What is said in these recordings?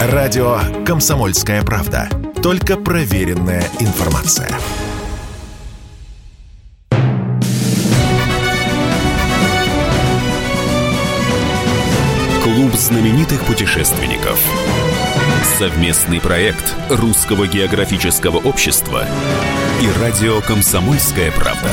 Радио «Комсомольская правда». Только проверенная информация. Клуб знаменитых путешественников. Совместный проект Русского географического общества и радио «Комсомольская правда».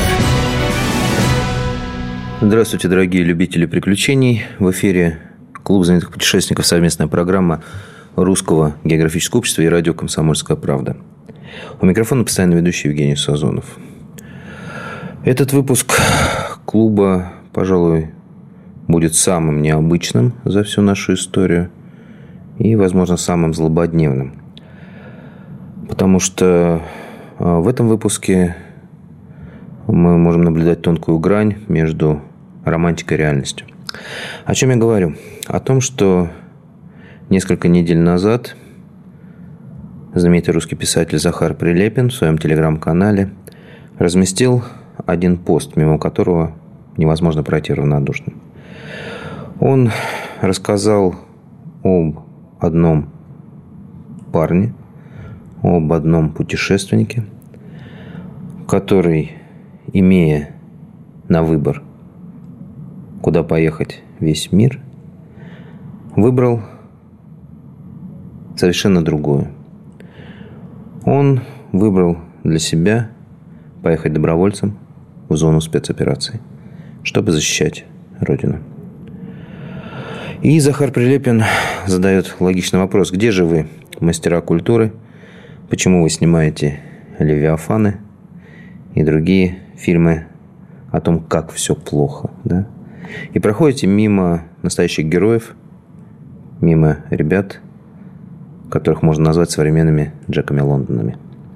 Здравствуйте, дорогие любители приключений. В эфире Клуб знаменитых путешественников, совместная программа Русского географического общества и радио «Комсомольская правда». У микрофона постоянно ведущий Евгений Сазонов. Этот выпуск клуба, пожалуй, будет самым необычным за всю нашу историю и, возможно, самым злободневным. Потому что в этом выпуске мы можем наблюдать тонкую грань между романтикой и реальностью. О чем я говорю? О том, что несколько недель назад знаменитый русский писатель Захар Прилепин в своем телеграм-канале разместил один пост, мимо которого невозможно пройти равнодушным. Он рассказал об одном парне, об одном путешественнике, который, имея на выбор, куда поехать весь мир, выбрал совершенно другое. Он выбрал для себя поехать добровольцем в зону спецопераций, чтобы защищать Родину. И Захар Прилепин задает логичный вопрос: где же вы, мастера культуры? Почему вы снимаете «Левиафаны» и другие фильмы о том, как все плохо, да? И проходите мимо настоящих героев, мимо ребят, которых можно назвать современными Джеками Лондонами.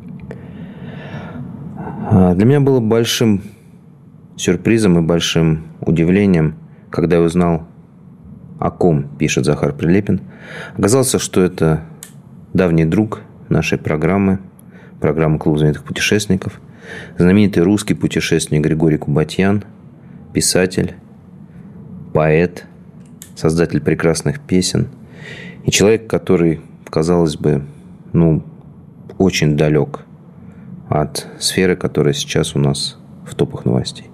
Для меня было большим сюрпризом и большим удивлением, когда я узнал, о ком пишет Захар Прилепин. Оказалось, что это давний друг нашей программы «Клуб знаменитых путешественников», знаменитый русский путешественник Григорий Кубатьян, писатель, поэт, создатель прекрасных песен и человек, который, казалось бы, очень далек от сферы, которая сейчас у нас в топах новостей.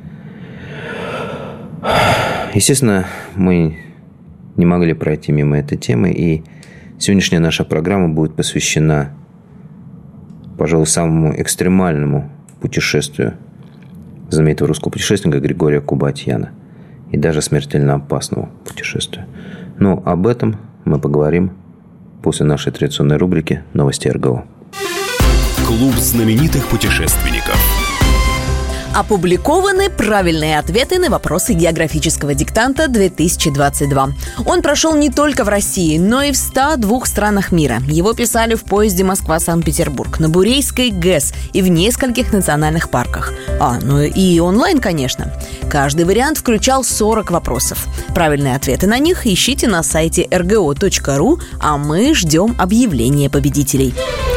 Естественно, мы не могли пройти мимо этой темы, и сегодняшняя наша программа будет посвящена, пожалуй, самому экстремальному путешествию знаменитого русского путешественника Григория Кубатьяна и даже смертельно опасному путешествию. Но об этом мы поговорим после нашей традиционной рубрики «Новости РГО». Клуб знаменитых путешественников. Опубликованы правильные ответы на вопросы географического диктанта 2022. Он прошел не только в России, но и в 102 странах мира. Его писали в поезде Москва-Санкт-Петербург, на Бурейской ГЭС и в нескольких национальных парках. И онлайн, конечно. Каждый вариант включал 40 вопросов. Правильные ответы на них ищите на сайте rgo.ru, а мы ждем объявления победителей.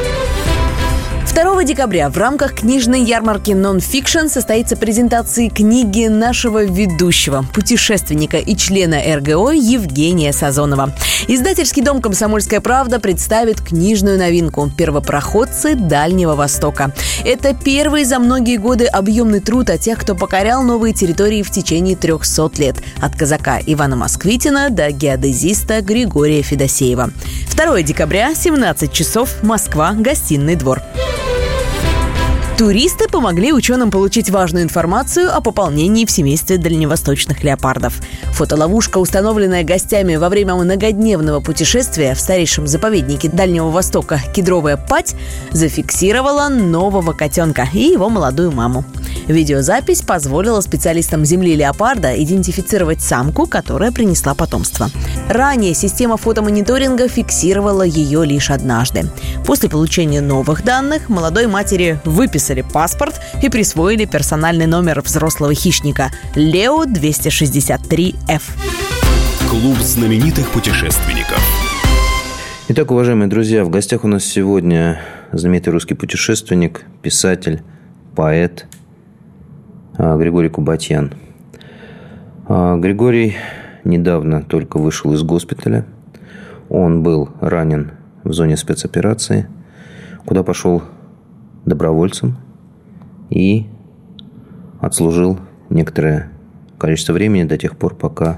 2 декабря в рамках книжной ярмарки «Нон-фикшн» состоится презентация книги нашего ведущего, путешественника и члена РГО Евгения Сазонова. Издательский дом «Комсомольская правда» представит книжную новинку «Первопроходцы Дальнего Востока». Это первый за многие годы объемный труд о тех, кто покорял новые территории в течение 300 лет. От казака Ивана Москвитина до геодезиста Григория Федосеева. 2 декабря, 17 часов, Москва, Гостиный двор. Туристы помогли ученым получить важную информацию о пополнении в семействе дальневосточных леопардов. Фотоловушка, установленная гостями во время многодневного путешествия в старейшем заповеднике Дальнего Востока «Кедровая Падь», зафиксировала нового котенка и его молодую маму. Видеозапись позволила специалистам земли леопарда идентифицировать самку, которая принесла потомство. Ранее система фотомониторинга фиксировала ее лишь однажды. После получения новых данных молодой матери выписали паспорт и присвоили персональный номер взрослого хищника Лео 263F. Клуб знаменитых путешественников. Итак, уважаемые друзья, в гостях у нас сегодня знаменитый русский путешественник, писатель, поэт Григорий Кубатьян. Григорий недавно только вышел из госпиталя. Он был ранен в зоне спецоперации, куда пошел добровольцем и отслужил некоторое количество времени до тех пор, пока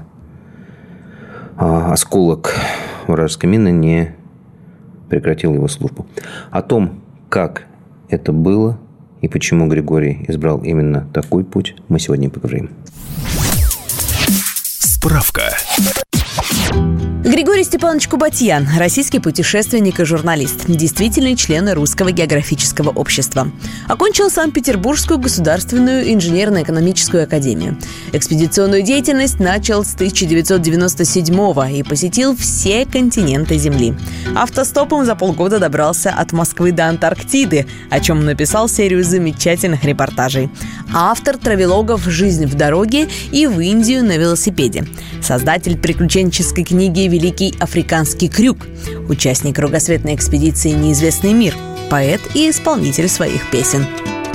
осколок вражеской мины не прекратил его службу. О том, как это было и почему Григорий избрал именно такой путь, мы сегодня поговорим. Справка. Григорий Степанович Кубатьян – российский путешественник и журналист, действительный член Русского географического общества. Окончил Санкт-Петербургскую государственную инженерно-экономическую академию. Экспедиционную деятельность начал с 1997-го и посетил все континенты Земли. Автостопом за полгода добрался от Москвы до Антарктиды, о чем написал серию замечательных репортажей. Автор травелогов «Жизнь в дороге» и «В Индию на велосипеде». Создатель приключенческой книги «Великий африканский крюк», участник кругосветной экспедиции «Неизвестный мир», поэт и исполнитель своих песен.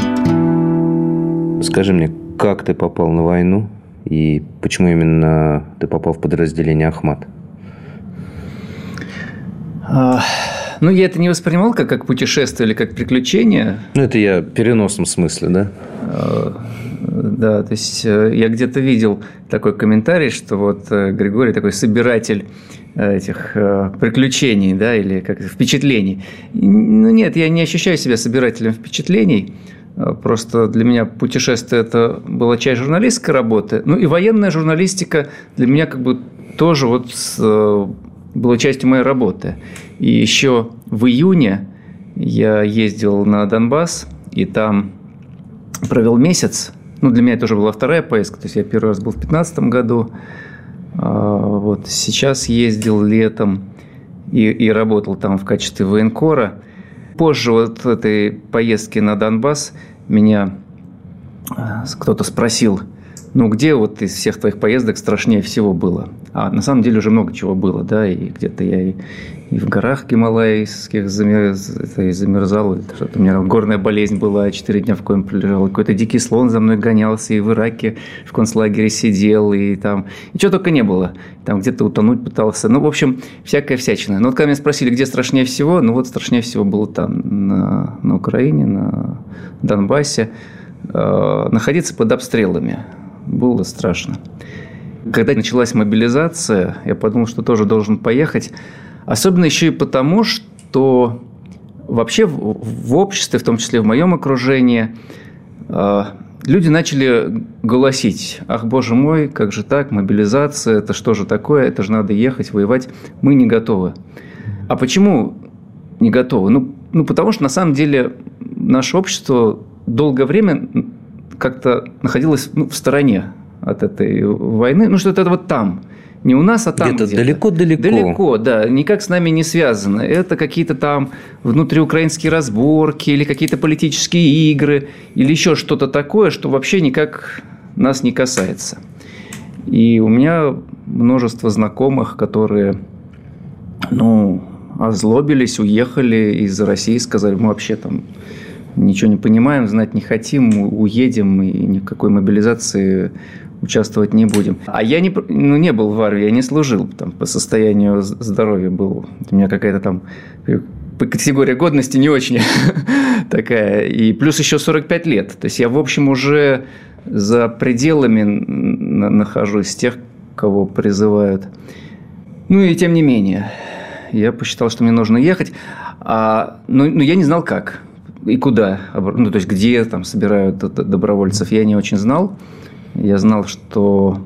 Скажи мне, как ты попал на войну и почему именно ты попал в подразделение «Ахмат»? Я это не воспринимал как путешествие или как приключение. Это я в переносном смысле, да? Да, то есть я где-то видел такой комментарий, что вот Григорий такой собиратель этих приключений, да, или как впечатлений. Нет, я не ощущаю себя собирателем впечатлений. Просто для меня путешествие – это была часть журналистской работы. И военная журналистика для меня как бы тоже была частью моей работы. И еще в июне я ездил на Донбасс, и там провел месяц. Для меня это уже была вторая поездка. То есть я первый раз был в 2015 году. Сейчас ездил летом и работал там в качестве военкора. Позже этой поездки на Донбасс меня кто-то спросил, где из всех твоих поездок страшнее всего было? А на самом деле уже много чего было, да, и где-то я и в горах гималайских замерзал, что-то у меня горная болезнь была, 4 дня в коем пролежал, какой-то дикий слон за мной гонялся, и в Ираке в концлагере сидел, и чего только не было, там где-то утонуть пытался, в общем, всякая всячина. Но когда меня спросили, где страшнее всего, страшнее всего было там, на Украине, на Донбассе, находиться под обстрелами. Было страшно. Когда началась мобилизация, я подумал, что тоже должен поехать. Особенно еще и потому, что вообще в обществе, в том числе в моем окружении, люди начали голосить. Ах, боже мой, как же так, мобилизация, это что же такое, это же надо ехать, воевать. Мы не готовы. А почему не готовы? Потому что на самом деле наше общество долгое время как-то находилось в стороне от этой войны. Что это там. Не у нас, а там где-то. Далеко-далеко. Далеко, да. Никак с нами не связано. Это какие-то там внутриукраинские разборки или какие-то политические игры или еще что-то такое, что вообще никак нас не касается. И у меня множество знакомых, которые, озлобились, уехали из России, сказали, мы вообще там ничего не понимаем, знать не хотим, уедем и ни в какой мобилизации участвовать не будем. А я не был в армии, я не служил, там, по состоянию здоровья был. У меня какая-то там категория годности не очень такая. И плюс еще 45 лет. То есть я, в общем, уже за пределами нахожусь тех, кого призывают. И тем не менее, я посчитал, что мне нужно ехать. Но я не знал, как. И куда, то есть где там собирают добровольцев, я не очень знал. Я знал, что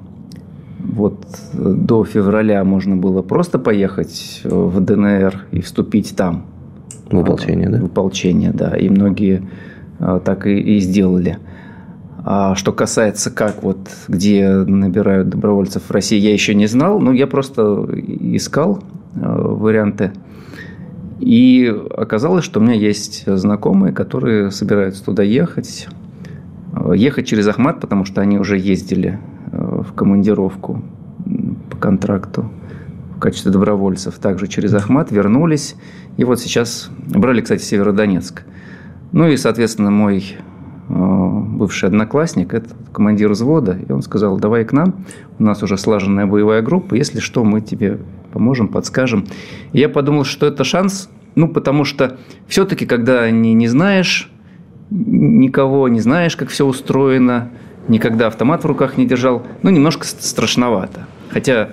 до февраля можно было просто поехать в ДНР и вступить там. В ополчение, да? В ополчение, да. И многие так и сделали. А что касается где набирают добровольцев в России, я еще не знал. Я просто искал варианты. И оказалось, что у меня есть знакомые, которые собираются туда ехать. Ехать через Ахмат, потому что они уже ездили в командировку по контракту в качестве добровольцев. Также через Ахмат вернулись. И сейчас брали, кстати, Северодонецк. И, соответственно, мой бывший одноклассник, это командир взвода, и он сказал: давай к нам, у нас уже слаженная боевая группа, если что, мы тебе поможем, подскажем. И я подумал, что это шанс, потому что все-таки, когда не знаешь никого, не знаешь, как все устроено, никогда автомат в руках не держал, немножко страшновато. Хотя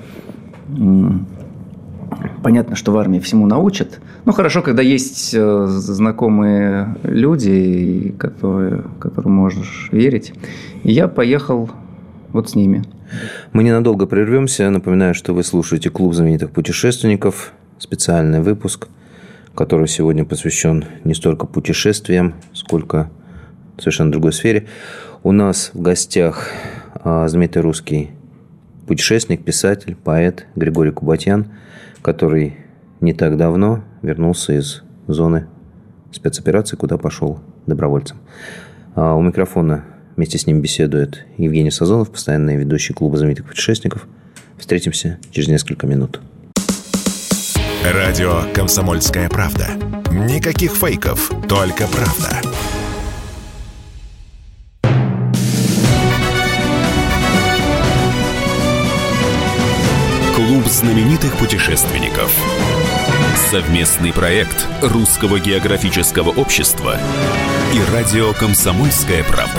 понятно, что в армии всему научат. Хорошо, когда есть знакомые люди, которым можешь верить. И я поехал вот с ними. Мы ненадолго прервемся. Напоминаю, что вы слушаете «Клуб знаменитых путешественников». Специальный выпуск, который сегодня посвящен не столько путешествиям, сколько совершенно другой сфере. У нас в гостях знаменитый русский путешественник, писатель, поэт Григорий Кубатьян, который не так давно вернулся из зоны спецоперации, куда пошел добровольцем. У микрофона вместе с ним беседует Евгений Сазонов, постоянный ведущий Клуба знаменитых путешественников. Встретимся через несколько минут. Радио «Комсомольская правда». Никаких фейков, только правда. Клуб знаменитых путешественников. Совместный проект Русского географического общества и радио «Комсомольская правда».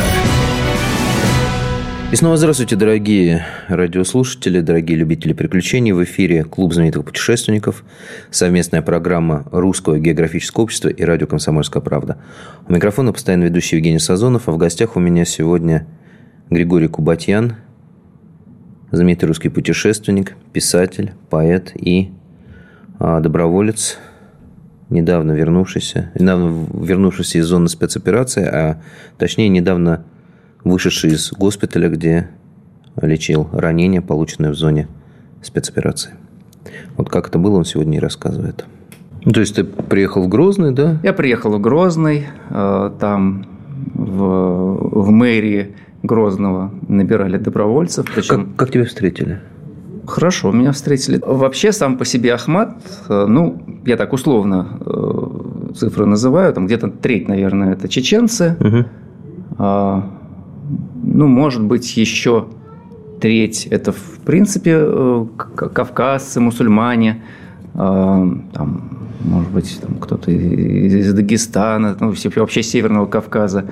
И снова здравствуйте, дорогие радиослушатели, дорогие любители приключений. В эфире Клуб знаменитых путешественников, совместная программа Русского географического общества и радио «Комсомольская правда». У микрофона постоянно ведущий Евгений Сазонов, а в гостях у меня сегодня Григорий Кубатьян, знаменитый русский путешественник, писатель, поэт и доброволец, недавно вернувшийся из зоны спецоперации, а точнее недавно вышедший из госпиталя, где лечил ранения, полученные в зоне спецоперации. Вот как это было, он сегодня и рассказывает. То есть ты приехал в Грозный, да? Я приехал в Грозный, там в мэрии Грозного набирали добровольцев. Причем... Как тебя встретили? Хорошо, меня встретили. Вообще, сам по себе Ахмат, я так условно цифры называю, там где-то треть, наверное, это чеченцы. Угу. Может быть, еще треть – это, в принципе, кавказцы, мусульмане, там, может быть, там кто-то из Дагестана, вообще Северного Кавказа.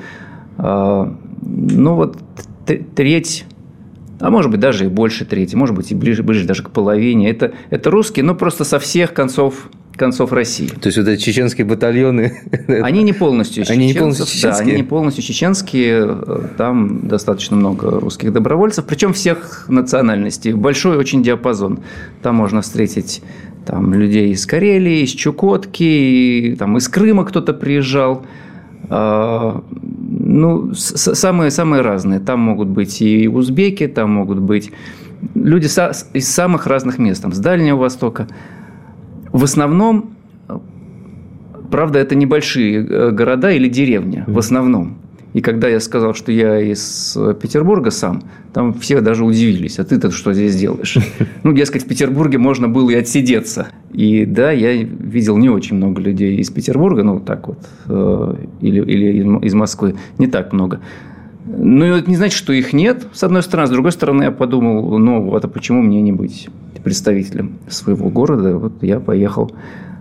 Треть, а может быть, даже и больше трети, может быть, и ближе даже к половине. Это русские, но просто со всех концов России. То есть, вот эти чеченские батальоны... Они не полностью чеченские. Да, они не полностью чеченские. Там достаточно много русских добровольцев, причем всех национальностей. Большой очень диапазон. Там можно встретить людей из Карелии, из Чукотки, из Крыма кто-то приезжал. Самые разные. Там могут быть и узбеки, там могут быть люди из самых разных мест, с Дальнего Востока. В основном, правда, это небольшие города или деревни, в основном. И когда я сказал, что я из Петербурга сам, там все даже удивились. А ты-то что здесь делаешь? Дескать, в Петербурге можно было и отсидеться. И да, я видел не очень много людей из Петербурга, или из Москвы, не так много. Но это не значит, что их нет, с одной стороны. С другой стороны, я подумал, а почему мне не быть представителем своего города? Вот я поехал.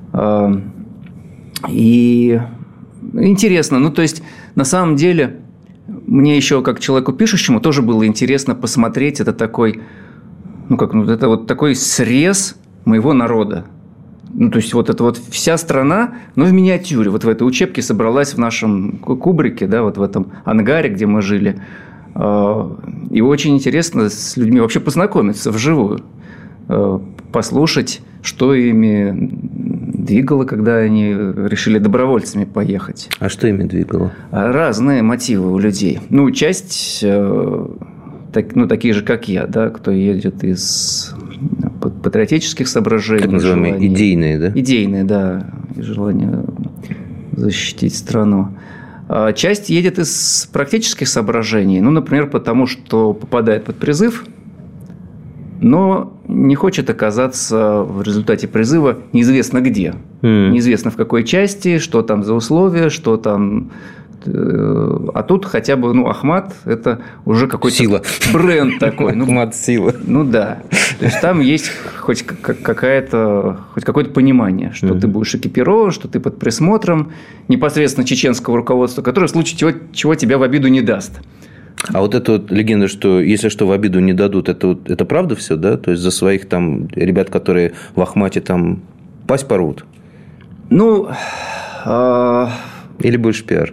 И интересно, то есть, на самом деле, мне еще, как человеку пишущему, тоже было интересно посмотреть. Это такой, такой срез моего народа. То есть, это вся страна, но в миниатюре. В этой учебке собралась в нашем кубрике, в этом ангаре, где мы жили. И очень интересно с людьми вообще познакомиться вживую. Послушать, что ими двигало, когда они решили добровольцами поехать. А что ими двигало? Разные мотивы у людей. Часть такие же, как я, кто едет из патриотических соображений. Так называемые идейные, да? Идейные, да. И желание защитить страну. Часть едет из практических соображений. Например, потому что попадает под призыв, но не хочет оказаться в результате призыва неизвестно где. Неизвестно в какой части, что там за условия, что там, А тут хотя бы, Ахмат – это уже какой-то сила. Бренд такой. Ахмат – сила. Да. То есть там есть хоть какое-то понимание, что ты будешь экипирован, что ты под присмотром непосредственно чеченского руководства, которое в случае чего тебя в обиду не даст. А вот эта вот легенда, что если что в обиду не дадут, это правда все, да? То есть за своих там ребят, которые в Ахмате там пасть порвут? Или больше пиар?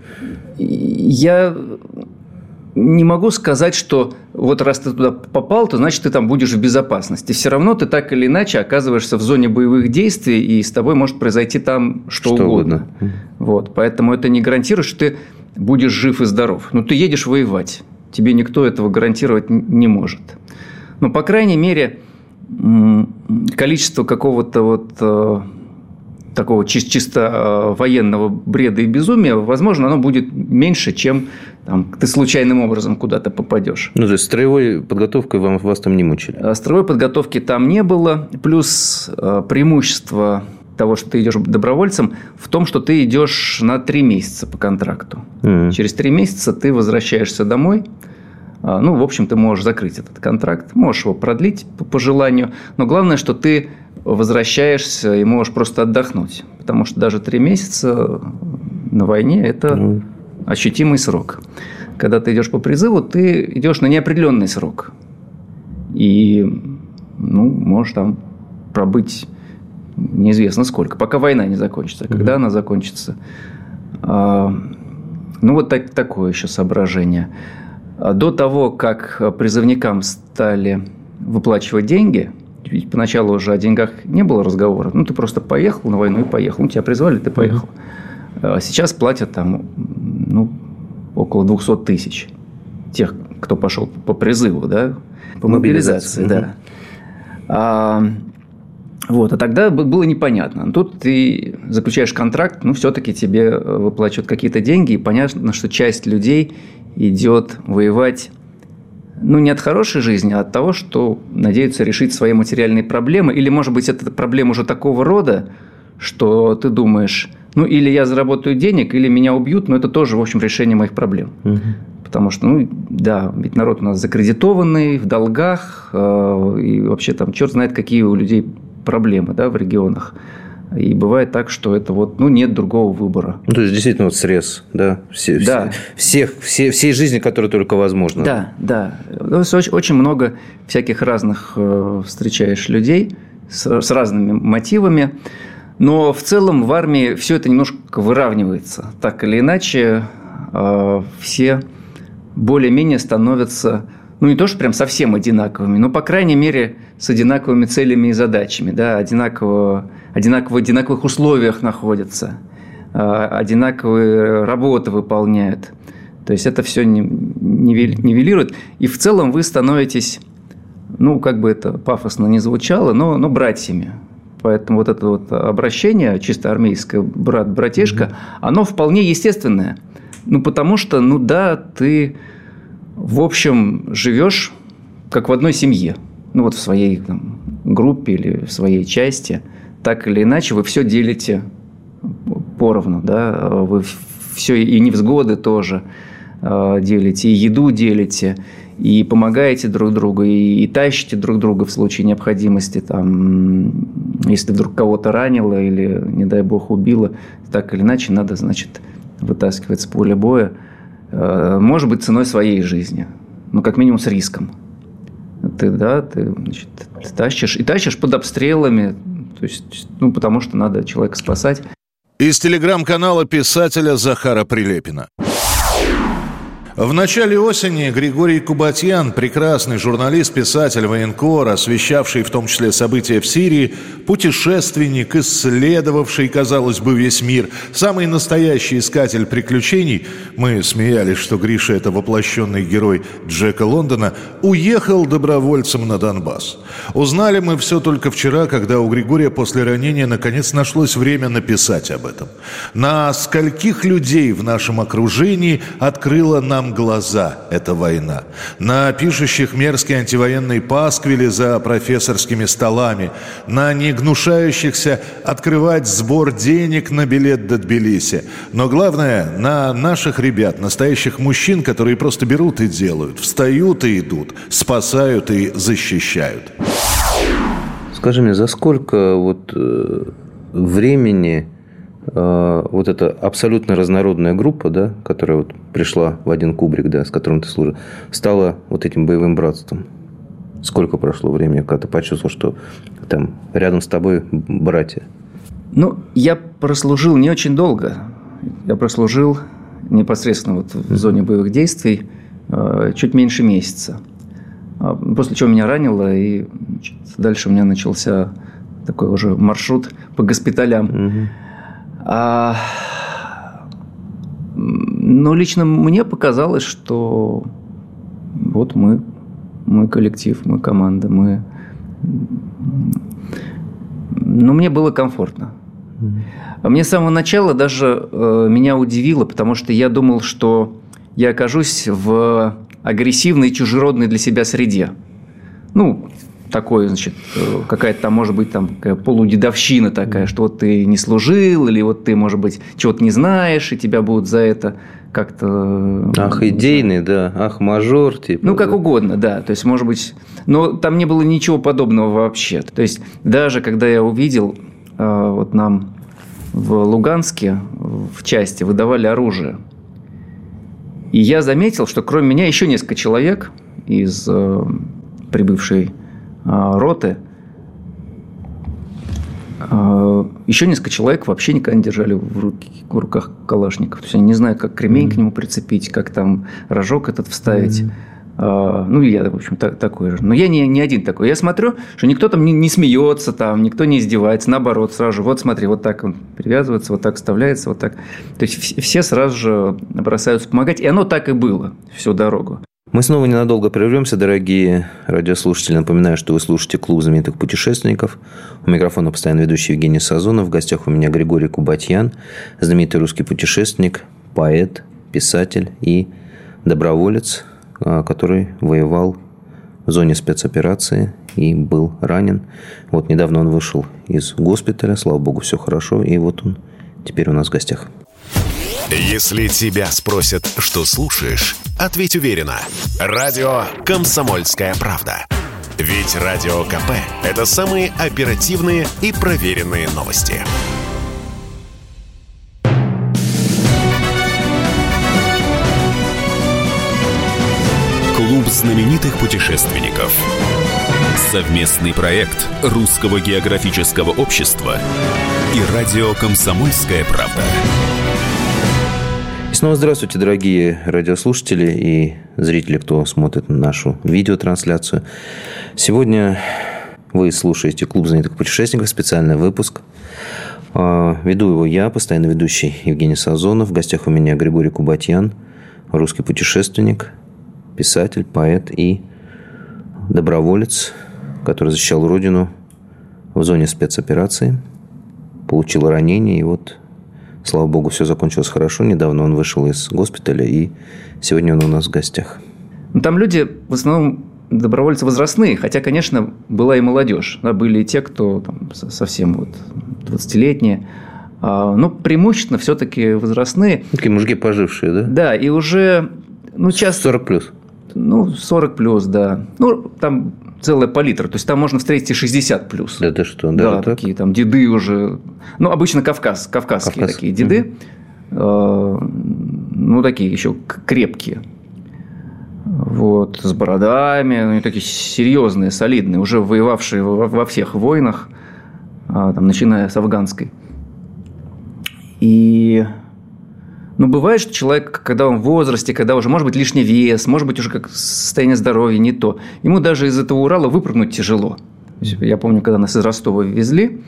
Я не могу сказать, что вот раз ты туда попал, то значит ты там будешь в безопасности. Все равно ты так или иначе оказываешься в зоне боевых действий, и с тобой может произойти там что угодно. Вот. Поэтому это не гарантирует, что ты будешь жив и здоров. Ты едешь воевать. Тебе никто этого гарантировать не может. Но, по крайней мере, количество какого-то такого чисто военного бреда и безумия, возможно, оно будет меньше, чем ты случайным образом куда-то попадешь. То есть строевой подготовкой вас там не мучили? Строевой подготовки там не было. Плюс преимущество того, что ты идешь добровольцем, в том, что ты идешь на 3 месяца по контракту. Через 3 месяца ты возвращаешься домой. В общем, ты можешь закрыть этот контракт, можешь его продлить по желанию. Но главное, что ты возвращаешься и можешь просто отдохнуть. Потому что даже 3 месяца на войне – это ощутимый срок. Когда ты идешь по призыву, ты идешь на неопределенный срок. И можешь там пробыть неизвестно сколько, пока война не закончится. Когда она закончится? Вот такое еще соображение. До того, как призывникам стали выплачивать деньги, ведь поначалу уже о деньгах не было разговора. Ты просто поехал на войну и поехал. Тебя призвали, ты поехал. Сейчас платят там, около 200 тысяч тех, кто пошел по призыву, да, по мобилизации, да. А тогда было непонятно. Тут ты заключаешь контракт, все-таки тебе выплачивают какие-то деньги, и понятно, что часть людей идет воевать, не от хорошей жизни, а от того, что надеются решить свои материальные проблемы. Или, может быть, это проблема уже такого рода, что ты думаешь, или я заработаю денег, или меня убьют, но это тоже, в общем, решение моих проблем. Потому что, ведь народ у нас закредитованный, в долгах, и вообще там черт знает, какие у людей проблемы, да, в регионах. И бывает так, что это нет другого выбора. То есть, действительно, срез, да? Всей жизни, которая только возможна. Да. Очень много всяких разных встречаешь людей с разными мотивами. Но в целом в армии все это немножко выравнивается. Так или иначе, все более-менее становятся, не то, что прям совсем одинаковыми, но, по крайней мере, с одинаковыми целями и задачами, да, одинаковых условиях находятся, одинаковые работы выполняют. То есть, это все нивелирует. И в целом вы становитесь, как бы это пафосно не звучало, но братьями. Поэтому это обращение, чисто армейское, брат-братишка, оно вполне естественное. Потому что, ты, в общем, живешь как в одной семье. В своей группе или в своей части. Так или иначе, вы все делите поровну. Да? Вы все и невзгоды тоже делите, и еду делите, и помогаете друг другу, и тащите друг друга в случае необходимости. Если вдруг кого-то ранило или, не дай бог, убило, так или иначе надо, вытаскивать с поля боя. Может быть, ценой своей жизни. Как минимум с риском. Ты тащишь под обстрелами. То есть, потому что надо человека спасать. Из телеграм-канала писателя Захара Прилепина. В начале осени Григорий Кубатьян, прекрасный журналист, писатель, военкор, освещавший в том числе события в Сирии, путешественник, исследовавший, казалось бы, весь мир, самый настоящий искатель приключений, мы смеялись, что Гриша – это воплощенный герой Джека Лондона, уехал добровольцем на Донбасс. Узнали мы все только вчера, когда у Григория после ранения наконец нашлось время написать об этом. На скольких людей в нашем окружении открыла нам нам глаза эта война. На пишущих мерзкие антивоенные пасквили за профессорскими столами, на не гнушающихся открывать сбор денег на билет до Тбилиси. Но главное, на наших ребят, настоящих мужчин, которые просто берут и делают, встают и идут, спасают и защищают. Скажи мне, за сколько времени вот эта абсолютно разнородная группа, да, которая пришла в один кубрик, да, с которым ты служил, стала вот этим боевым братством? Сколько прошло времени, когда ты почувствовал, что там рядом с тобой братья? Я прослужил не очень долго. Я прослужил непосредственно в зоне боевых действий чуть меньше месяца. После чего меня ранило, и дальше у меня начался такой уже маршрут по госпиталям. Угу. Но лично мне показалось, что вот мы коллектив, мы команда, мне было комфортно. Мне с самого начала даже меня удивило, потому что я думал, что я окажусь в агрессивной, чужеродной для себя среде. Такой, значит, какая-то там, может быть, там полудедовщина такая, что вот ты не служил, или вот ты, может быть, чего-то не знаешь, и тебя будут за это как-то... Ах, идейный, да, ах, мажор, типа. Как угодно, да, то есть, может быть... Но там не было ничего подобного вообще. То есть, даже когда я увидел, нам в Луганске в части выдавали оружие, и я заметил, что кроме меня еще несколько человек из прибывшей роты, еще несколько человек вообще никогда не держали в руках калашников. То есть, они не знают, как кремень к нему прицепить, как там рожок этот вставить. И я, в общем, такой же. Но я не один такой. Я смотрю, что никто там не смеется, там, никто не издевается. Наоборот, сразу же, вот смотри, вот так он привязывается, вот так вставляется, вот так. То есть, все сразу же бросаются помогать. И оно так и было всю дорогу. Мы снова ненадолго прервемся, дорогие радиослушатели. Напоминаю, что вы слушаете «Клуб знаменитых путешественников». У микрофона постоянно ведущий Евгений Сазонов. В гостях у меня Григорий Кубатьян, знаменитый русский путешественник, поэт, писатель и доброволец, который воевал в зоне спецоперации и был ранен. Недавно он вышел из госпиталя, слава богу, все хорошо. И он теперь у нас в гостях. Если тебя спросят, что слушаешь, ответь уверенно. Радио «Комсомольская правда». Ведь Радио КП – это самые оперативные и проверенные новости. Клуб знаменитых путешественников. Совместный проект Русского географического общества и радио «Комсомольская правда». И снова здравствуйте, дорогие радиослушатели и зрители, кто смотрит нашу видеотрансляцию. Сегодня вы слушаете «Клуб знаменитых путешественников», специальный выпуск. Веду его я, постоянно ведущий Евгений Сазонов. В гостях у меня Григорий Кубатьян, русский путешественник, писатель, поэт и доброволец, который защищал родину в зоне спецоперации, получил ранение, и слава богу, все закончилось хорошо. Недавно он вышел из госпиталя, и сегодня он у нас в гостях. Там люди в основном добровольцы возрастные, хотя, конечно, была и молодежь. Да, были и те, кто там, совсем 20-летние. Но преимущественно все-таки возрастные. Такие мужики пожившие, да? Да, и уже... часто... 40 плюс. 40 плюс, да. Там целая палитра. То есть, там можно встретить и 60 плюс. Да ты что? Да, такие там деды уже. Обычно кавказские такие деды. Такие еще крепкие. С бородами. Они такие серьезные, солидные. Уже воевавшие во всех войнах. Начиная с афганской. И... бывает, что человек, когда он в возрасте, когда уже, может быть, лишний вес, может быть, уже как состояние здоровья не то, ему даже из этого Урала выпрыгнуть тяжело. Я помню, когда нас из Ростова везли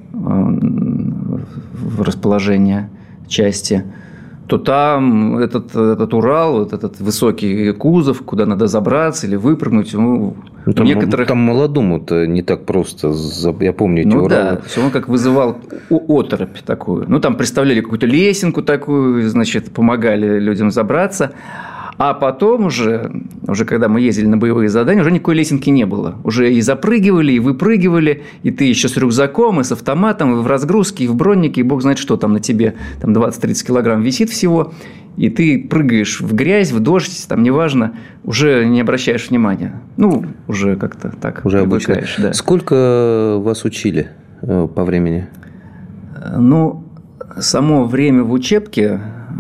в расположение части, то там этот Урал, этот высокий кузов, куда надо забраться или выпрыгнуть, Там молодому-то не так просто. Я помню эти Уралы. Да, все равно как вызывал оторопь такую. Там представляли какую-то лесенку такую, помогали людям забраться. А потом уже когда мы ездили на боевые задания, уже никакой лесенки не было. Уже и запрыгивали, и выпрыгивали, и ты еще с рюкзаком, и с автоматом, и в разгрузке, и в броннике, и бог знает, что там на тебе, там 20-30 килограмм висит всего, и ты прыгаешь в грязь, в дождь, там неважно, уже не обращаешь внимания. Ну, уже как-то так. Уже обычно. Да. Сколько вас учили по времени? Ну, само время в учебке...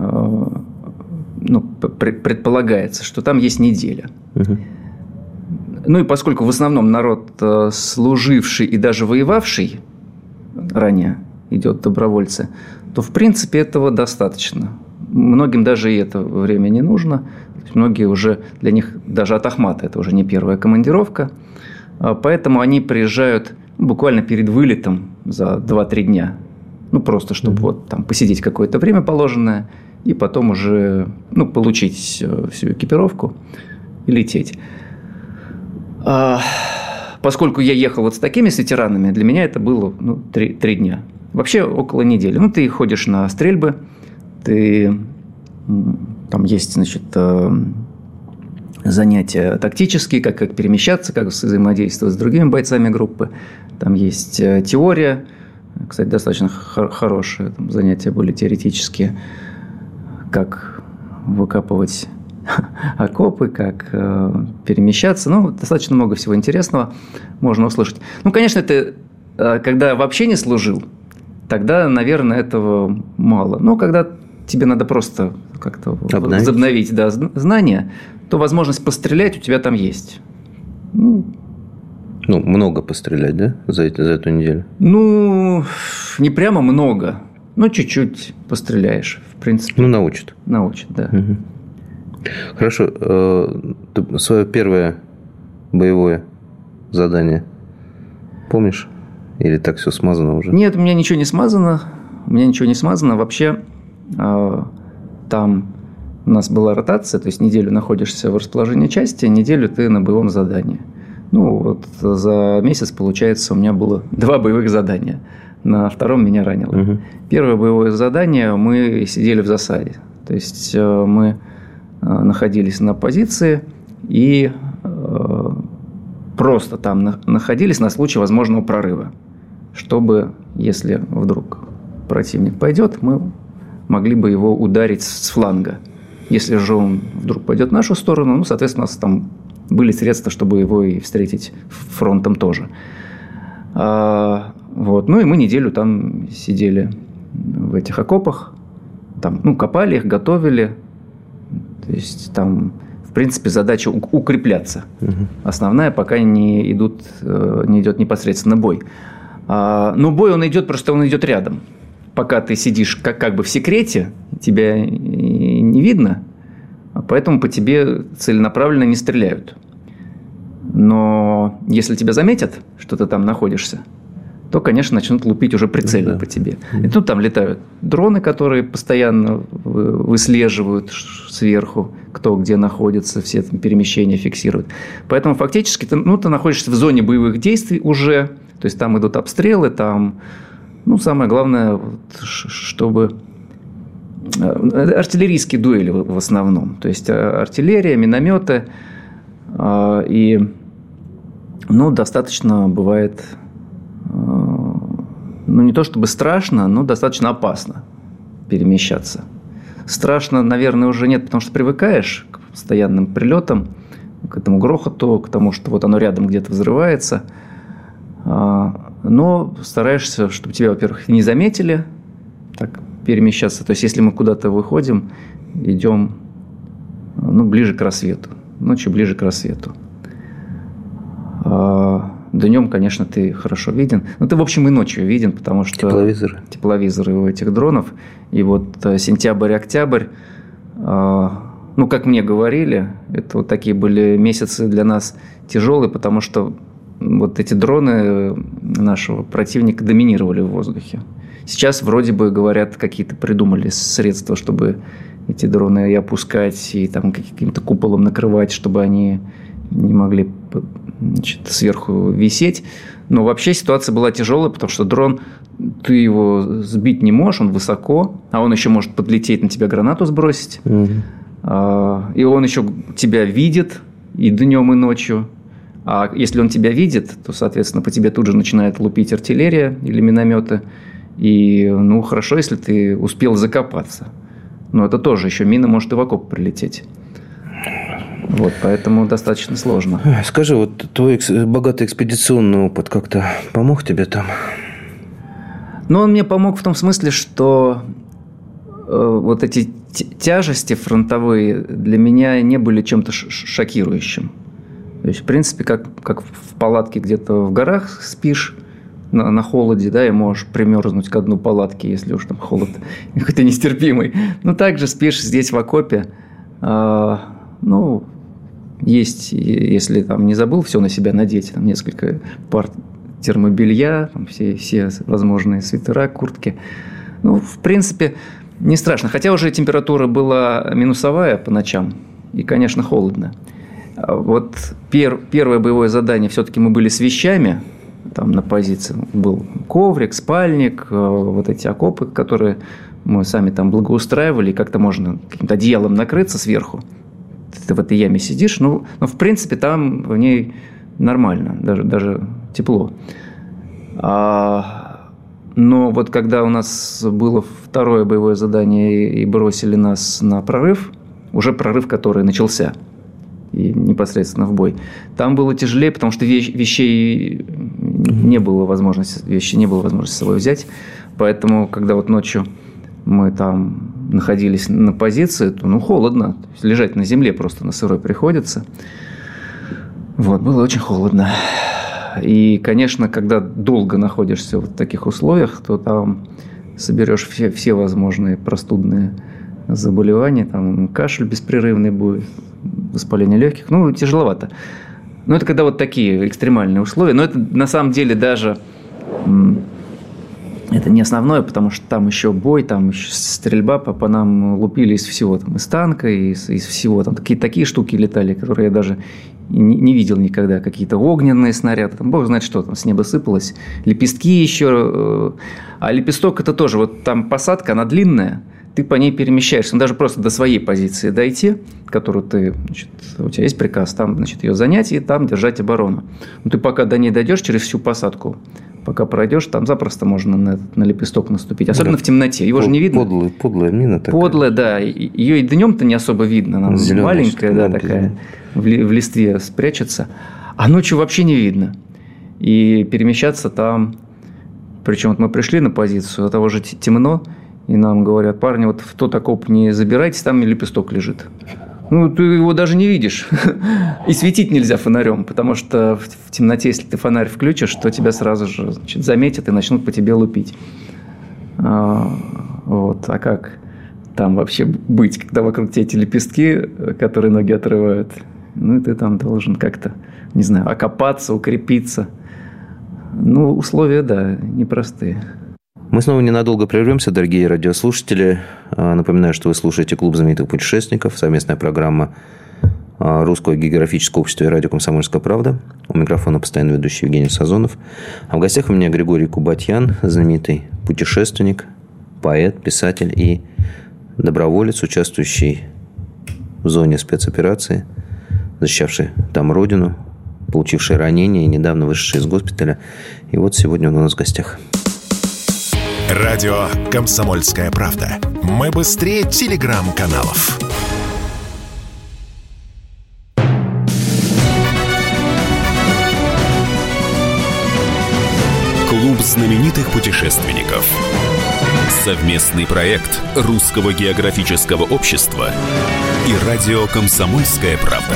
предполагается, что там есть неделя. Угу. Ну, и поскольку в основном народ служивший и даже воевавший ранее идет добровольцы, то, в принципе, этого достаточно. Многим даже и это время не нужно. Многие уже, для них даже от Ахмата это уже не первая командировка. Поэтому они приезжают буквально перед вылетом за 2-3 дня. Ну, просто чтобы вот там посидеть какое-то время положенное, и потом уже получить всю экипировку и лететь. Поскольку я ехал вот с такими ветеранами, для меня это было 3 дня. Вообще около недели. Ты ходишь на стрельбы, там есть, занятия тактические, как перемещаться, как взаимодействовать с другими бойцами группы. Там есть теория, кстати, достаточно хорошие занятия были теоретические, как выкапывать окопы, как перемещаться. Достаточно много всего интересного можно услышать. Конечно, это когда вообще не служил, тогда, наверное, этого мало. Но когда тебе надо просто как-то возобновить знания, то возможность пострелять у тебя там есть. Много пострелять, да, за эту неделю? Не прямо много. Чуть-чуть постреляешь, в принципе. Научат. Научат, да. Угу. Хорошо. Ты свое первое боевое задание помнишь? Или так все смазано уже? Нет, у меня ничего не смазано. Вообще, там у нас была ротация, то есть неделю находишься в расположении части, неделю ты на боевом задании. За месяц, получается, у меня было 2 боевых задания. На 2-м меня ранило. Угу. Первое боевое задание, мы сидели в засаде. То есть, мы находились на позиции и просто там находились на случай возможного прорыва. Чтобы, если вдруг противник пойдет, мы могли бы его ударить с фланга. Если же он вдруг пойдет в нашу сторону, соответственно, у нас там были средства, чтобы его и встретить фронтом тоже. И мы неделю там сидели в этих окопах, там, копали их, готовили. То есть, там, в принципе, задача укрепляться. Угу. Основная, пока не идет непосредственно бой. Но бой он идет рядом. Пока ты сидишь как бы в секрете, тебя не видно, поэтому по тебе целенаправленно не стреляют. Но если тебя заметят, что ты там находишься, то, конечно, начнут лупить уже прицельно по тебе. И тут там летают дроны, которые постоянно выслеживают сверху, кто где находится, все там перемещения фиксируют. Поэтому фактически ты находишься в зоне боевых действий уже, то есть там идут обстрелы, там, самое главное, чтобы... Артиллерийские дуэли в основном. То есть артиллерия, минометы. И достаточно бывает... не то чтобы страшно, но достаточно опасно перемещаться. Страшно, наверное, уже нет, потому что привыкаешь к постоянным прилетам, к этому грохоту, к тому, что вот оно рядом где-то взрывается. Но стараешься, чтобы тебя, во-первых, не заметили, так перемещаться. То есть, если мы куда-то выходим, идем ближе к рассвету, ночью ближе к рассвету. Днем, конечно, ты хорошо виден. Ты, в общем, и ночью виден, потому что... Тепловизоры у этих дронов. И вот сентябрь-октябрь, как мне говорили, это вот такие были месяцы для нас тяжелые, потому что вот эти дроны нашего противника доминировали в воздухе. Сейчас вроде бы, говорят, какие-то придумали средства, чтобы эти дроны и опускать, и там каким-то куполом накрывать, чтобы они не могли сверху висеть. Но вообще ситуация была тяжелая, потому что дрон, ты его сбить не можешь, он высоко, а он еще может подлететь, на тебя гранату сбросить. И он еще тебя видит и днем, и ночью. А если он тебя видит, то, соответственно, по тебе тут же начинает лупить артиллерия или минометы. И, хорошо, если ты успел закопаться. Но это тоже еще мина может и в окоп прилететь. Вот, поэтому достаточно сложно. Скажи, вот твой богатый экспедиционный опыт как-то помог тебе там? Он мне помог в том смысле, что вот эти тяжести фронтовые для меня не были чем-то шокирующим. То есть, в принципе, как в палатке где-то в горах спишь на холоде, да, и можешь примерзнуть к дну палатки, если уж там холод какой-то нестерпимый. Так же спишь здесь в окопе. Есть, если там не забыл все на себя надеть, там несколько пар термобелья, там все возможные свитера, куртки. В принципе, не страшно. Хотя уже температура была минусовая по ночам, и, конечно, холодно. Вот первое боевое задание, все-таки мы были с вещами, там на позиции был коврик, спальник, вот эти окопы, которые мы сами там благоустраивали, и как-то можно каким-то одеялом накрыться сверху. Ты в этой яме сидишь, но в принципе там в ней нормально, даже тепло. Но вот когда у нас было второе боевое задание и бросили нас на прорыв, уже прорыв, который начался, и непосредственно в бой, там было тяжелее, потому что вещей не было возможности с собой взять. Поэтому, когда вот ночью мы там находились на позиции, то холодно. То есть лежать на земле просто на сырой приходится. Вот, было очень холодно. И, конечно, когда долго находишься в таких условиях, то там соберешь все возможные простудные заболевания. Там кашель беспрерывный будет, воспаление легких. Тяжеловато. Но это когда вот такие экстремальные условия. Но это на самом деле даже... Это не основное, потому что там еще бой, там еще стрельба, по нам лупили из всего. Там, из танка, из всего. Там такие штуки летали, которые я даже не видел никогда. Какие-то огненные снаряды. Там, бог знает, что там с неба сыпалось. Лепестки еще. А лепесток это тоже. Вот там посадка, она длинная. Ты по ней перемещаешься. Даже просто до своей позиции дойти, которую ты... у тебя есть приказ там, ее занять и там держать оборону. Ты пока до ней дойдешь через всю посадку, пока пройдешь, там запросто можно на лепесток наступить. Особенно в темноте. Его же не видно. Подлая мина такая. Подлая, да. Ее и днем-то не особо видно. Она маленькая, да, такая. В листве спрячется. А ночью вообще не видно. И перемещаться там... Причем вот мы пришли на позицию, от того же темно, и нам говорят: парни, вот в тот окоп не забирайтесь, там лепесток лежит. Ты его даже не видишь. И светить нельзя фонарем, потому что в темноте, если ты фонарь включишь, то тебя сразу же заметят и начнут по тебе лупить. Вот. А как там вообще быть, когда вокруг тебя эти лепестки, которые ноги отрывают? И ты там должен как-то, не знаю, окопаться, укрепиться. Условия, да, непростые. Мы снова ненадолго прервемся, дорогие радиослушатели. Напоминаю, что вы слушаете «Клуб знаменитых путешественников», совместная программа Русского географического общества и радио «Комсомольская правда». У микрофона постоянно ведущий Евгений Сазонов. А в гостях у меня Григорий Кубатьян, знаменитый путешественник, поэт, писатель и доброволец, участвующий в зоне спецоперации, защищавший там родину, получивший ранения и недавно вышедший из госпиталя. И вот сегодня он у нас в гостях. Радио «Комсомольская правда». Мы быстрее телеграм-каналов. Клуб знаменитых путешественников. Совместный проект Русского географического общества и радио «Комсомольская правда».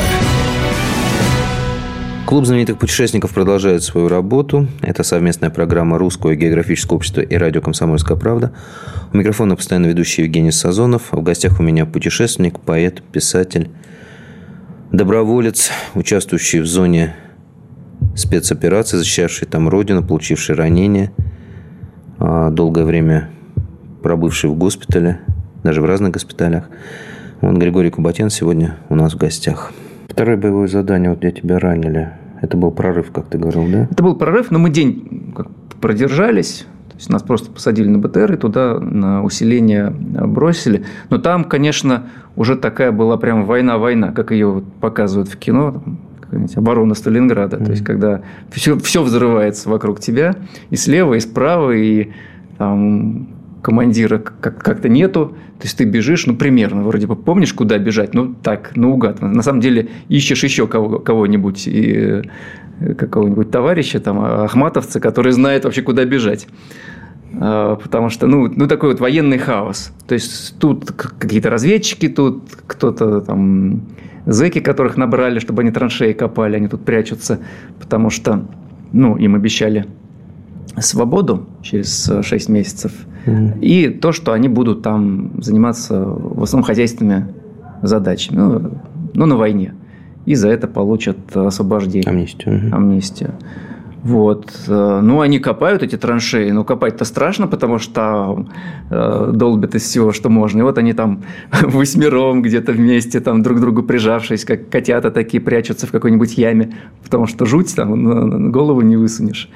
Клуб знаменитых путешественников продолжает свою работу. Это совместная программа Русского географического общества и радио «Комсомольская правда». У микрофона постоянно ведущий Евгений Сазонов. В гостях у меня путешественник, поэт, писатель, доброволец, участвующий в зоне спецоперации, защищавший там родину, получивший ранения, долгое время пробывший в госпитале, даже в разных госпиталях. Григорий Кубатьян сегодня у нас в гостях. Второе боевое задание, где тебя ранили, это был прорыв, как ты говорил, да? Это был прорыв, но мы день продержались. То есть нас просто посадили на БТР и туда на усиление бросили. Но там, конечно, уже такая была прям война-война, как ее показывают в кино, оборона Сталинграда. То есть, когда все взрывается вокруг тебя, и слева, и справа, и там командира как-то нету. То есть, ты бежишь, примерно, вроде бы помнишь, куда бежать, так, наугад. На самом деле, ищешь еще кого-нибудь, и какого-нибудь товарища, ахматовца, который знает вообще, куда бежать. Потому что, такой вот военный хаос. То есть, тут какие-то разведчики, тут кто-то там... Зэки, которых набрали, чтобы они траншеи копали, они тут прячутся, потому что, им обещали свободу через 6 месяцев. И то, что они будут там заниматься в основном хозяйственными задачами, на войне. И за это получат освобождение. Амнистию. Вот. Они копают эти траншеи. Копать-то страшно, потому что долбят из всего, что можно. И вот они там восьмером где-то вместе, там друг к другу прижавшись, как котята такие, прячутся в какой-нибудь яме, потому что жуть, там голову не высунешь.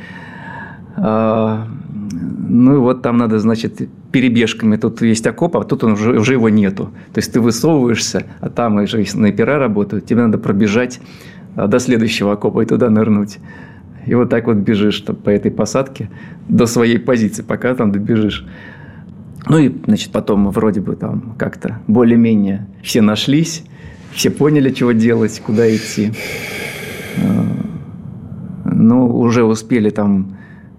Вот там надо, значит, перебежками. Тут есть окоп, а тут уже его нету. То есть, ты высовываешься, а там уже снайпера работают. Тебе надо пробежать до следующего окопа и туда нырнуть. И вот так вот бежишь по этой посадке до своей позиции, пока там добежишь. Значит, потом вроде бы там как-то более-менее все нашлись, все поняли, чего делать, куда идти. Уже успели там...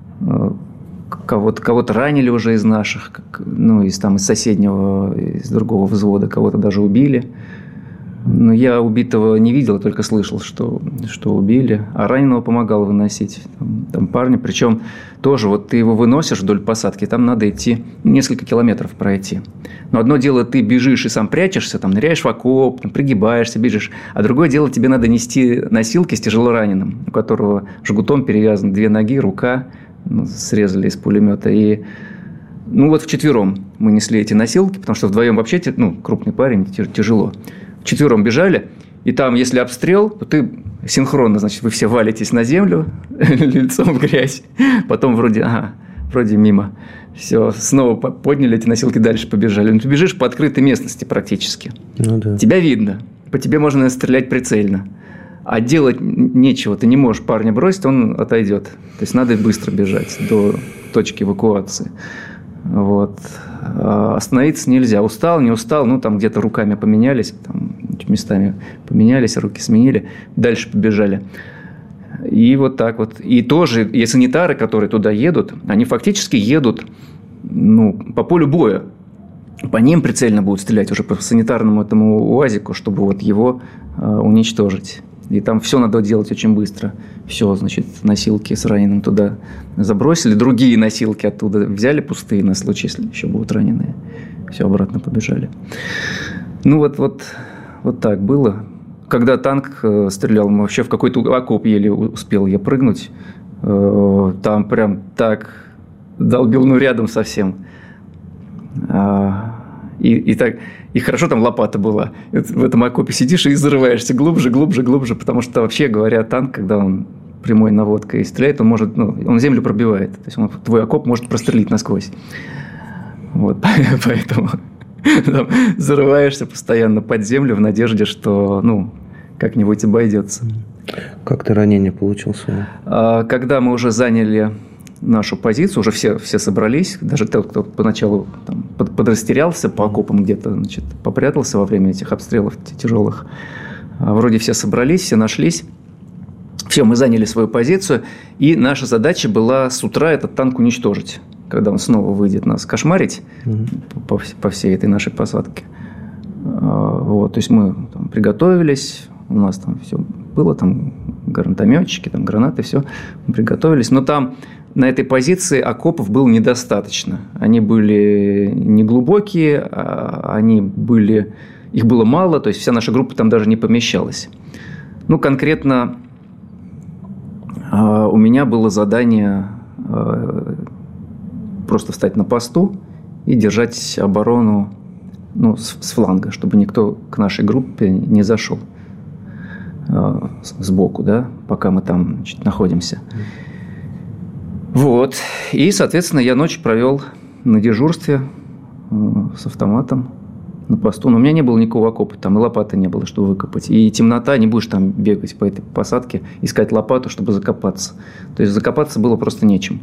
Кого-то ранили уже из наших, из соседнего, из другого взвода, кого-то даже убили. Но я убитого не видел, только слышал, что убили. А раненого помогал выносить. Там парни. Причем тоже ты его выносишь вдоль посадки, там надо идти несколько километров пройти. Но одно дело, ты бежишь и сам прячешься, ныряешь в окоп, пригибаешься, бежишь. А другое дело, тебе надо нести носилки с тяжелораненым, у которого жгутом перевязаны 2 ноги, рука, срезали из пулемета. И вчетвером мы несли эти носилки, потому что вдвоем вообще крупный парень, тяжело. Вчетвером бежали, и там, если обстрел, то ты синхронно, значит, вы все валитесь на землю лицом в грязь. Потом вроде мимо. Все, снова подняли эти носилки, дальше побежали. Ты бежишь по открытой местности практически. Да. Тебя видно. По тебе можно стрелять прицельно. А делать нечего. Ты не можешь парня бросить, он отойдет. То есть, надо быстро бежать до точки эвакуации. Вот. Остановиться нельзя. Устал, не устал, там где-то руками поменялись, там местами поменялись, руки сменили, дальше побежали. И вот так вот. И тоже, и санитары, которые туда едут, они фактически едут по полю боя. По ним прицельно будут стрелять уже по санитарному этому УАЗику, чтобы его уничтожить. И там все надо делать очень быстро. Все, значит, носилки с раненым туда забросили. Другие носилки оттуда взяли пустые на случай, если еще будут раненые. Все, обратно побежали. Вот так было. Когда танк стрелял, вообще в какой-то окоп еле успел я прыгнуть. Там прям так долбил, рядом совсем. И хорошо там лопата была. В этом окопе сидишь и зарываешься глубже, потому что, вообще говоря, танк, когда он прямой наводкой стреляет, он может, он землю пробивает. То есть, он твой окоп может прострелить насквозь. Вот, поэтому там зарываешься постоянно под землю в надежде, что, как-нибудь обойдется. Как ты ранение получил свое? Когда мы уже заняли нашу позицию, уже все собрались, даже тот, кто поначалу подрастерялся по окопам где-то, значит, попрятался во время этих обстрелов тяжелых. Вроде все собрались, все нашлись. Все, мы заняли свою позицию, и наша задача была с утра этот танк уничтожить, когда он снова выйдет нас кошмарить по всей этой нашей посадке. Вот, то есть, мы приготовились, у нас там все было, там гранатометчики, там гранаты, все, мы приготовились, но там на этой позиции окопов было недостаточно. Они были неглубокие, их было мало, то есть, вся наша группа там даже не помещалась. Конкретно у меня было задание просто встать на посту и держать оборону с фланга, чтобы никто к нашей группе не зашел сбоку, да, пока мы там, значит, находимся. Вот. И, соответственно, я ночь провел на дежурстве с автоматом на посту. Но у меня не было никакого окопа, там и лопаты не было, чтобы выкопать. И темнота, не будешь там бегать по этой посадке, искать лопату, чтобы закопаться. То есть закопаться было просто нечем.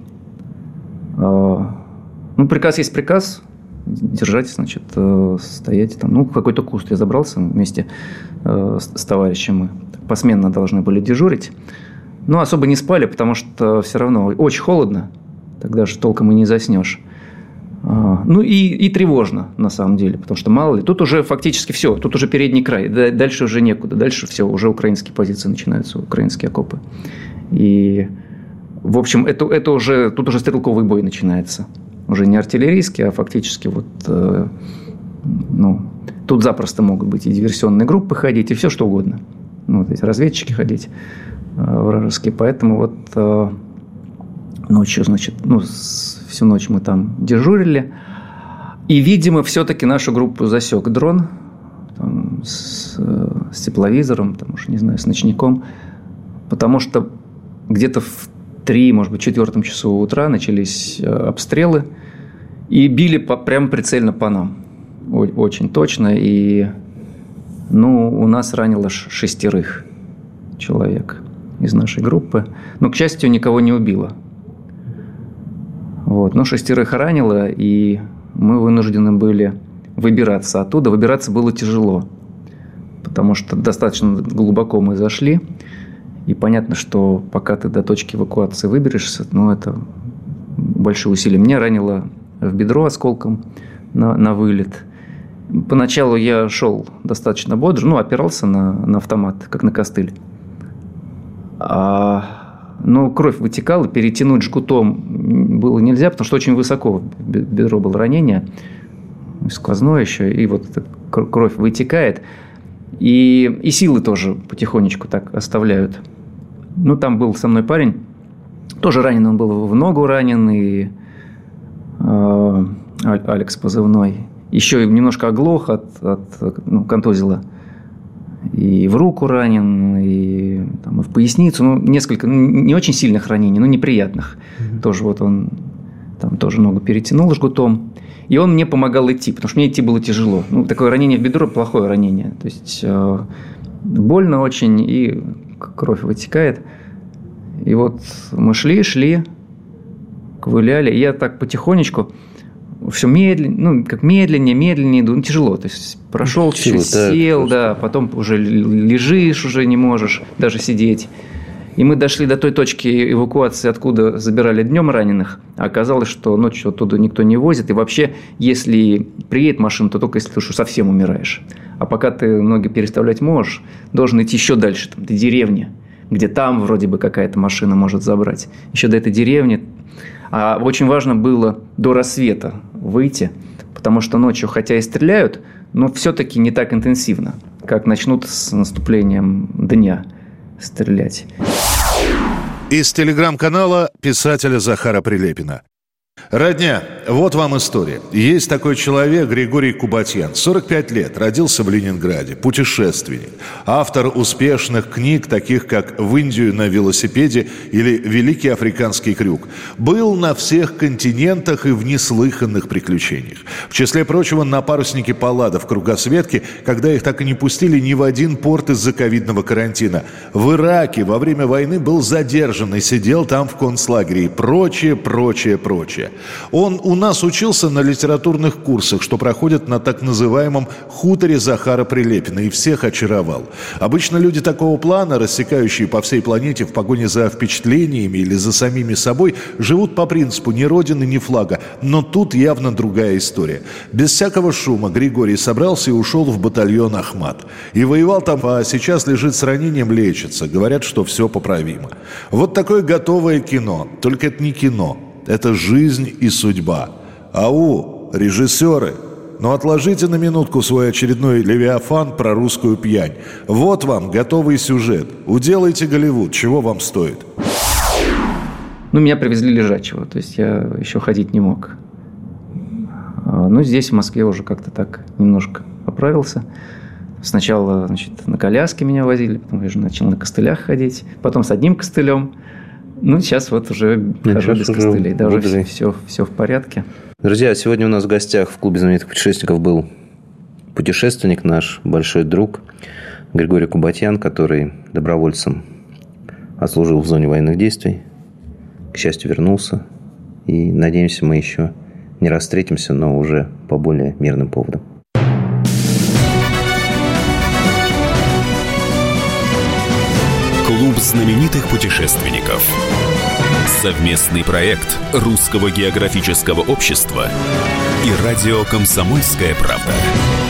Ну, приказ есть приказ. Держать, значит, стоять там. Ну, в какой-то куст я забрался вместе с товарищем. Мы посменно должны были дежурить. Но особо не спали, потому что все равно очень холодно. Тогда же толком и не заснешь. Ну, и тревожно, на самом деле. Потому что, мало ли, тут уже фактически все. Тут уже передний край. Дальше уже некуда. Дальше все, уже украинские позиции начинаются, украинские окопы. И, в общем, это уже, тут уже стрелковый бой начинается. Уже не артиллерийский, а фактически вот, ну, тут запросто могут быть и диверсионные группы ходить, и все что угодно. Ну, вот эти разведчики ходить вражеские. Поэтому вот ночью, значит, ну, всю ночь мы там дежурили. И, видимо, все-таки нашу группу засек дрон там, с тепловизором, там, уж не знаю, с ночником. Потому что где-то в 3, может быть, 4 часу утра начались обстрелы и били прямо прицельно по нам. Очень точно. И, ну, у нас ранило 6 человек из нашей группы. Но, к счастью, никого не убило. Вот. Но 6 ранило, и мы вынуждены были выбираться оттуда. Выбираться было тяжело, потому что достаточно глубоко мы зашли. И понятно, что пока ты до точки эвакуации выберешься, ну, это большие усилия. Меня ранило в бедро осколком на вылет. Поначалу я шел достаточно бодро, ну, опирался на автомат, как на костыль. Но кровь вытекала, перетянуть жгутом было нельзя, потому что очень высоко бедро было ранение, сквозное еще, и вот эта кровь вытекает. И силы тоже потихонечку так оставляют. Ну, там был со мной парень, тоже ранен, он был в ногу ранен, и Алекс позывной. Еще немножко оглох контузило. И в руку ранен, и в поясницу. Ну, несколько, не очень сильных ранений, но неприятных. Тоже вот он там тоже ногу перетянул жгутом. И он мне помогал идти, потому что мне идти было тяжело. Ну, такое ранение в бедро – плохое ранение. То есть, больно очень, и кровь вытекает. И вот мы шли, ковыляли. И я так потихонечку, все медленнее иду. Ну, тяжело. То есть, прошел чуть-чуть, сел, да, потом уже лежишь, уже не можешь даже сидеть. И мы дошли до той точки эвакуации, откуда забирали днем раненых. А оказалось, что ночью оттуда никто не возит. И вообще, если приедет машина, то только если ты совсем умираешь. А пока ты ноги переставлять можешь, должен идти еще дальше, там, до деревни, где там вроде бы какая-то машина может забрать. Еще до этой деревни. А очень важно было до рассвета выйти, потому что ночью, хотя и стреляют, но все-таки не так интенсивно, как начнут с наступлением дня стрелять. Из телеграм-канала писателя Захара Прилепина. Родня, вот вам история. Есть такой человек, Григорий Кубатьян, 45 лет, родился в Ленинграде, путешественник, автор успешных книг, таких как «В Индию на велосипеде» или «Великий африканский крюк». Был на всех континентах и в неслыханных приключениях. В числе прочего, на паруснике Паллада в кругосветке, когда их так и не пустили ни в один порт из-за ковидного карантина. В Ираке во время войны был задержан и сидел там в концлагере и прочее. Он у нас учился на литературных курсах, что проходят на так называемом хуторе Захара Прилепина, и всех очаровал. Обычно люди такого плана, рассекающие по всей планете в погоне за впечатлениями или за самими собой, живут по принципу ни родины, ни флага. Но тут явно другая история. Без всякого шума Григорий собрался и ушел в батальон «Ахмат». И воевал там, а сейчас лежит с ранением, лечится. Говорят, что все поправимо. Вот такое готовое кино. Только это не кино. Это жизнь и судьба. Ау, режиссеры, ну отложите на минутку свой очередной «Левиафан» про русскую пьянь. Вот вам готовый сюжет. Уделайте Голливуд, чего вам стоит. Ну, меня привезли лежачего, то есть я еще ходить не мог. Ну, здесь, в Москве, уже как-то так немножко поправился. Сначала, значит, на коляске меня возили, потом я же начал на костылях ходить, потом с одним костылем. Сейчас вот уже хожу без костылей. Да, уже все в порядке. Друзья, сегодня у нас в гостях в клубе знаменитых путешественников был путешественник, наш большой друг Григорий Кубатьян, который добровольцем отслужил в зоне военных действий. К счастью, вернулся. И надеемся, мы еще не раз встретимся, но уже по более мирным поводам. Клуб знаменитых путешественников. Совместный проект Русского географического общества и радио «Комсомольская правда».